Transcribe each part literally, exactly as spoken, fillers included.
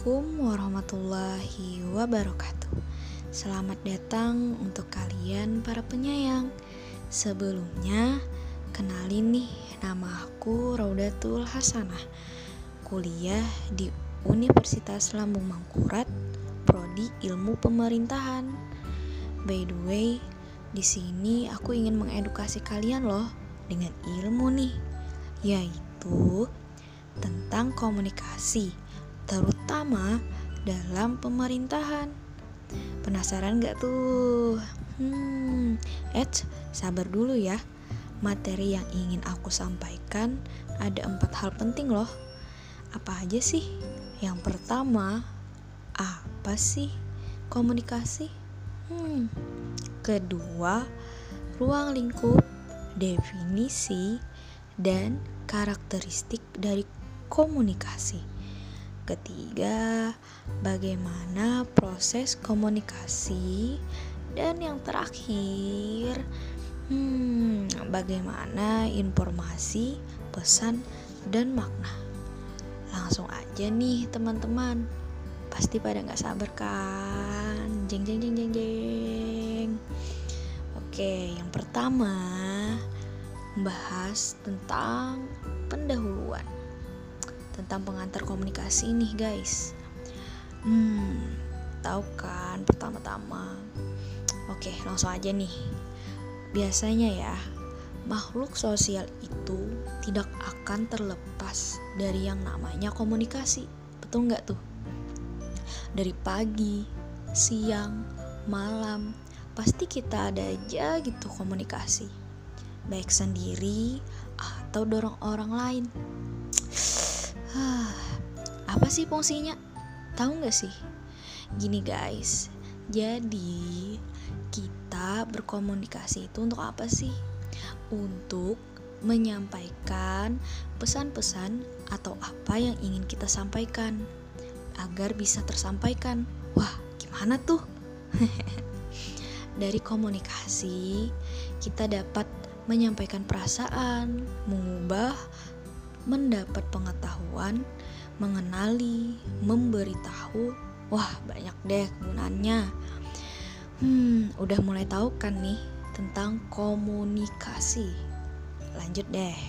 Assalamualaikum warahmatullahi wabarakatuh. Selamat datang untuk kalian para penyayang. Sebelumnya, kenalin nih, nama aku Raudatul Hasanah. Kuliah di Universitas Lambung Mangkurat, Prodi Ilmu Pemerintahan. By the way, di sini aku ingin mengedukasi kalian loh dengan ilmu nih, yaitu tentang komunikasi, terutama dalam pemerintahan. Penasaran gak tuh? Hmm, eh, sabar dulu ya. Materi yang ingin aku sampaikan ada empat hal penting loh. Apa aja sih? Yang pertama, apa sih komunikasi? Hmm. Kedua, ruang lingkup, definisi, dan karakteristik dari komunikasi. Ketiga, bagaimana proses komunikasi. Dan yang terakhir, hmm, bagaimana informasi, pesan, dan makna. Langsung aja nih teman-teman, pasti pada gak sabar kan? Jeng jeng jeng jeng jeng. Oke, yang pertama membahas tentang pendahuluan, tentang pengantar komunikasi nih guys. Hmm, tahu kan pertama-tama? Oke, langsung aja nih. Biasanya ya, makhluk sosial itu tidak akan terlepas dari yang namanya komunikasi. Betul nggak tuh? Dari pagi, siang, malam, pasti kita ada aja gitu komunikasi, baik sendiri atau dorong orang lain. Apa sih fungsinya? Tahu gak sih? Gini guys, jadi kita berkomunikasi itu untuk apa sih? Untuk menyampaikan pesan-pesan atau apa yang ingin kita sampaikan agar bisa tersampaikan. Wah, gimana tuh? Dari komunikasi kita dapat menyampaikan perasaan, mengubah, mendapat pengetahuan, mengenali, memberitahu. Wah, banyak deh gunanya. Hmm, udah mulai tahu kan nih tentang komunikasi. Lanjut deh.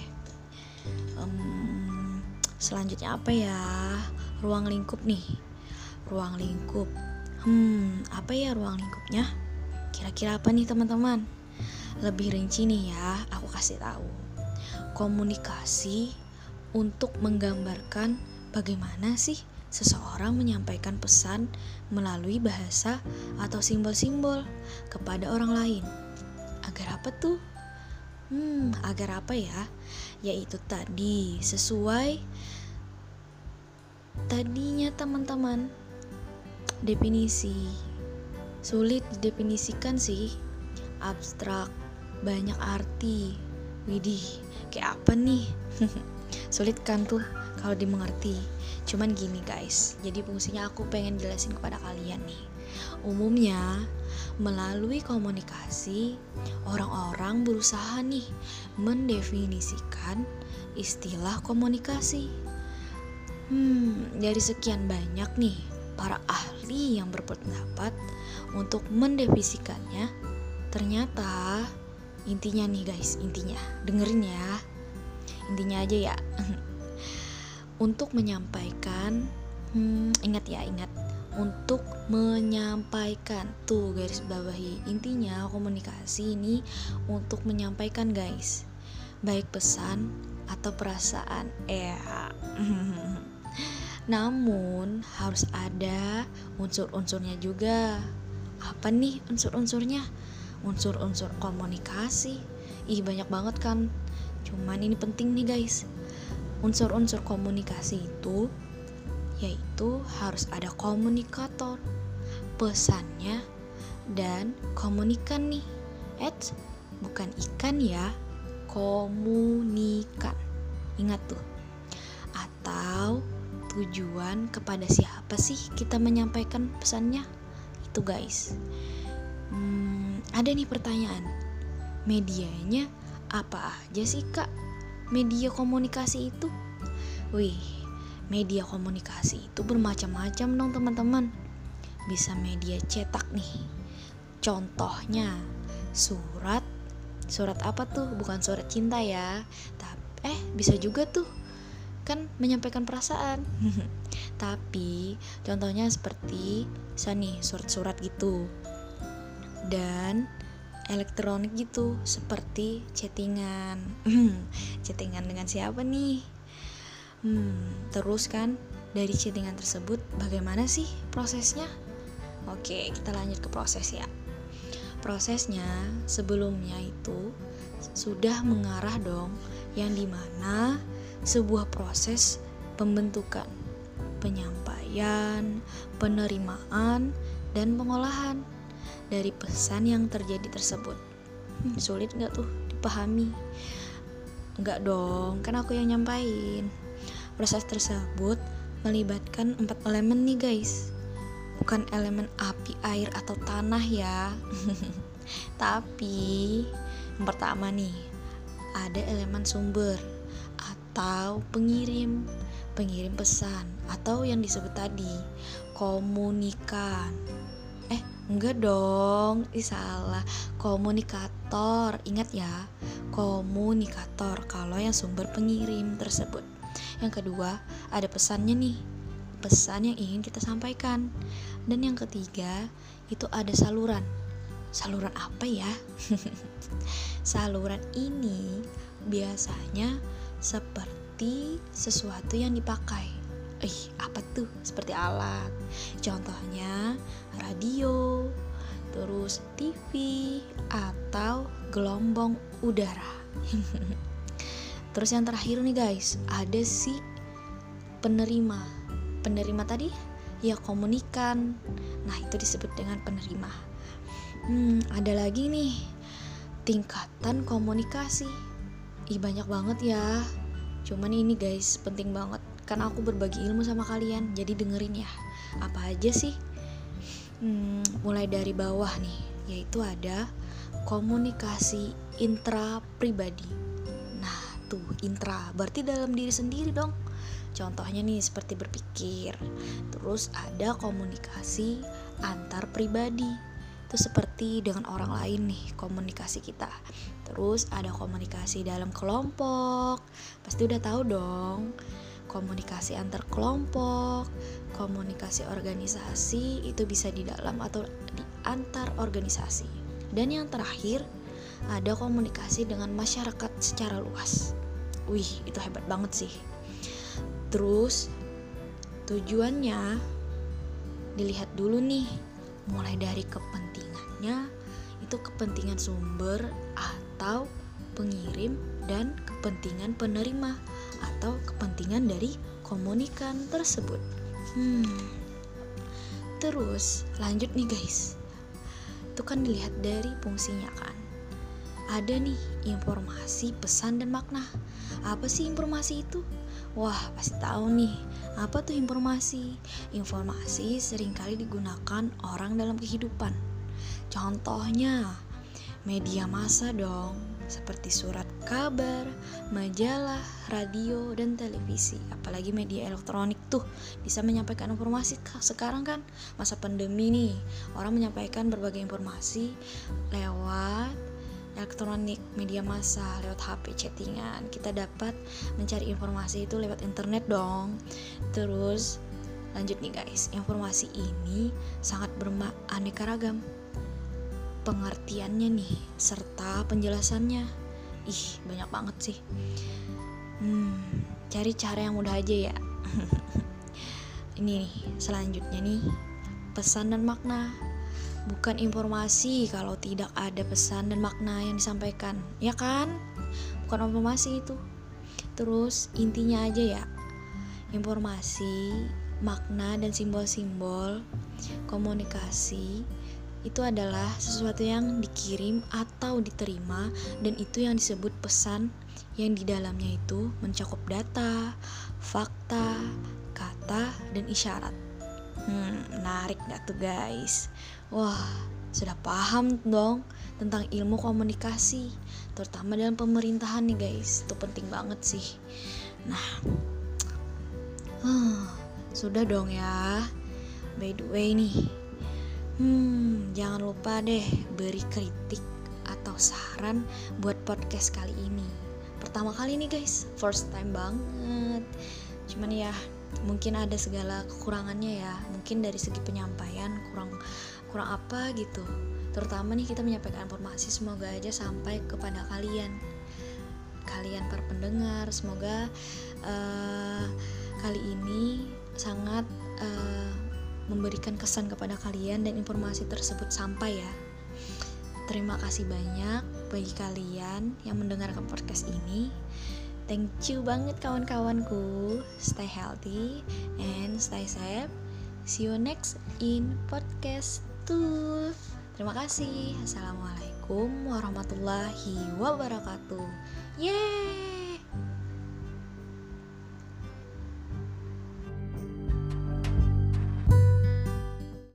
Um, selanjutnya apa ya? Ruang lingkup nih. Ruang lingkup. Hmm, apa ya ruang lingkupnya? Kira-kira apa nih teman-teman? Lebih rinci nih ya, aku kasih tahu. Komunikasi untuk menggambarkan bagaimana sih seseorang menyampaikan pesan melalui bahasa atau simbol-simbol kepada orang lain. Agar apa tuh? Hmm, agar apa ya? Yaitu tadi sesuai tadinya teman-teman. Definisi sulit didefinisikan sih, abstrak, banyak arti. Widih, kayak apa nih? Sulit kan tuh kalau dimengerti. Cuman gini guys, jadi fungsinya aku pengen jelasin kepada kalian nih. Umumnya melalui komunikasi, orang-orang berusaha nih mendefinisikan istilah komunikasi. Hmm, dari sekian banyak nih para ahli yang berpendapat untuk mendefinisikannya, ternyata intinya nih guys, intinya dengerin ya, intinya aja ya. Untuk menyampaikan, hmm, ingat ya, ingat untuk menyampaikan, tuh garis bawahi, intinya komunikasi ini untuk menyampaikan guys, baik pesan atau perasaan. Eh, namun harus ada unsur-unsurnya juga. Apa nih unsur-unsurnya? Unsur-unsur komunikasi. Ih, banyak banget kan. Cuman ini penting nih guys. Unsur-unsur komunikasi itu yaitu harus ada komunikator, pesannya, dan komunikan nih. Eh, bukan ikan ya, komunikan. Ingat tuh. Atau tujuan kepada siapa sih kita menyampaikan pesannya? Itu guys. Hmm, ada nih pertanyaan. Medianya apa aja sih kak? Media komunikasi itu? Wih, media komunikasi itu bermacam-macam dong teman-teman. Bisa media cetak nih. Contohnya surat. Surat apa tuh? Bukan surat cinta ya. Tapi eh bisa juga tuh. Kan menyampaikan perasaan. Tapi contohnya seperti bisa nih surat-surat gitu. Dan elektronik gitu, seperti chattingan. Chattingan dengan siapa nih? Hmm, terus kan dari chattingan tersebut bagaimana sih prosesnya? Oke, kita lanjut ke proses ya. Prosesnya sebelumnya itu sudah mengarah dong, yang dimana sebuah proses pembentukan, penyampaian, penerimaan, dan pengolahan dari pesan yang terjadi tersebut. Hmm, sulit gak tuh dipahami? Enggak dong, kan aku yang nyampain. Proses tersebut melibatkan empat elemen nih guys. Bukan elemen api, air, atau tanah ya. Tapi yang pertama nih, ada elemen sumber atau pengirim, pengirim pesan, atau yang disebut tadi komunikan. Eh, enggak dong, ih salah. Komunikator, ingat ya, komunikator kalau yang sumber pengirim tersebut. Yang kedua, ada pesannya nih, pesan yang ingin kita sampaikan. Dan yang ketiga, itu ada saluran. Saluran apa ya? Saluran ini biasanya seperti sesuatu yang dipakai. Ih, apa tuh? Seperti alat. Contohnya radio, terus T V, atau gelombang udara. Terus yang terakhir nih guys, ada si penerima. Penerima tadi ya komunikan. Nah, itu disebut dengan penerima. Hmm, ada lagi nih tingkatan komunikasi. Ih, banyak banget ya. Cuman ini guys penting banget, karena aku berbagi ilmu sama kalian, jadi dengerin ya. Apa aja sih? Hmm, mulai dari bawah nih, yaitu ada komunikasi intra pribadi. Nah, tuh intra berarti dalam diri sendiri dong. Contohnya nih seperti berpikir. Terus ada komunikasi antar pribadi. Itu seperti dengan orang lain nih komunikasi kita. Terus ada komunikasi dalam kelompok. Pasti udah tahu dong. Komunikasi antar kelompok, komunikasi organisasi itu bisa di dalam atau di antar organisasi. Dan yang terakhir ada komunikasi dengan masyarakat secara luas. Wih, itu hebat banget sih. Terus tujuannya dilihat dulu nih, mulai dari kepentingannya, itu kepentingan sumber atau pengirim, dan kepentingan penerima atau kepentingan dari komunikan tersebut. Hmm. Terus lanjut nih guys, itu kan dilihat dari fungsinya kan. Ada nih informasi, pesan, dan makna. Apa sih informasi itu? Wah, pasti tahu nih. Apa tuh informasi? Informasi seringkali digunakan orang dalam kehidupan. Contohnya media massa dong, seperti surat kabar, majalah, radio, dan televisi. Apalagi media elektronik tuh bisa menyampaikan informasi. Sekarang kan masa pandemi nih, orang menyampaikan berbagai informasi lewat elektronik, media massa, lewat H P, chattingan. Kita dapat mencari informasi itu lewat internet dong. Terus lanjut nih guys, informasi ini sangat beraneka ragam pengertiannya nih, serta penjelasannya. Ih, banyak banget sih. Hmm, cari cara yang mudah aja ya. Ini nih, selanjutnya nih, pesan dan makna. Bukan informasi kalau tidak ada pesan dan makna yang disampaikan, ya kan? Bukan informasi itu. Terus intinya aja ya, informasi, makna, dan simbol-simbol komunikasi itu adalah sesuatu yang dikirim atau diterima, dan itu yang disebut pesan, yang di dalamnya itu mencakup data, fakta, kata, dan isyarat. Hmm, menarik gak tuh guys? Wah, sudah paham dong tentang ilmu komunikasi, terutama dalam pemerintahan nih guys. Itu penting banget sih. Nah, Huh, sudah dong ya. By the way nih, hmm, jangan lupa deh beri kritik atau saran buat podcast kali ini. Pertama kali nih guys, first time banget. Cuman ya mungkin ada segala kekurangannya ya. Mungkin dari segi penyampaian kurang kurang apa gitu. Terutama nih kita menyampaikan informasi, semoga aja sampai kepada kalian. Kalian para pendengar, semoga uh, kali ini sangat uh, memberikan kesan kepada kalian dan informasi tersebut sampai ya. Terima kasih banyak bagi kalian yang mendengarkan podcast ini. Thank you banget kawan-kawanku. Stay healthy and stay safe. See you next in podcast two. Terima kasih. Assalamualaikum warahmatullahi wabarakatuh. Yeay.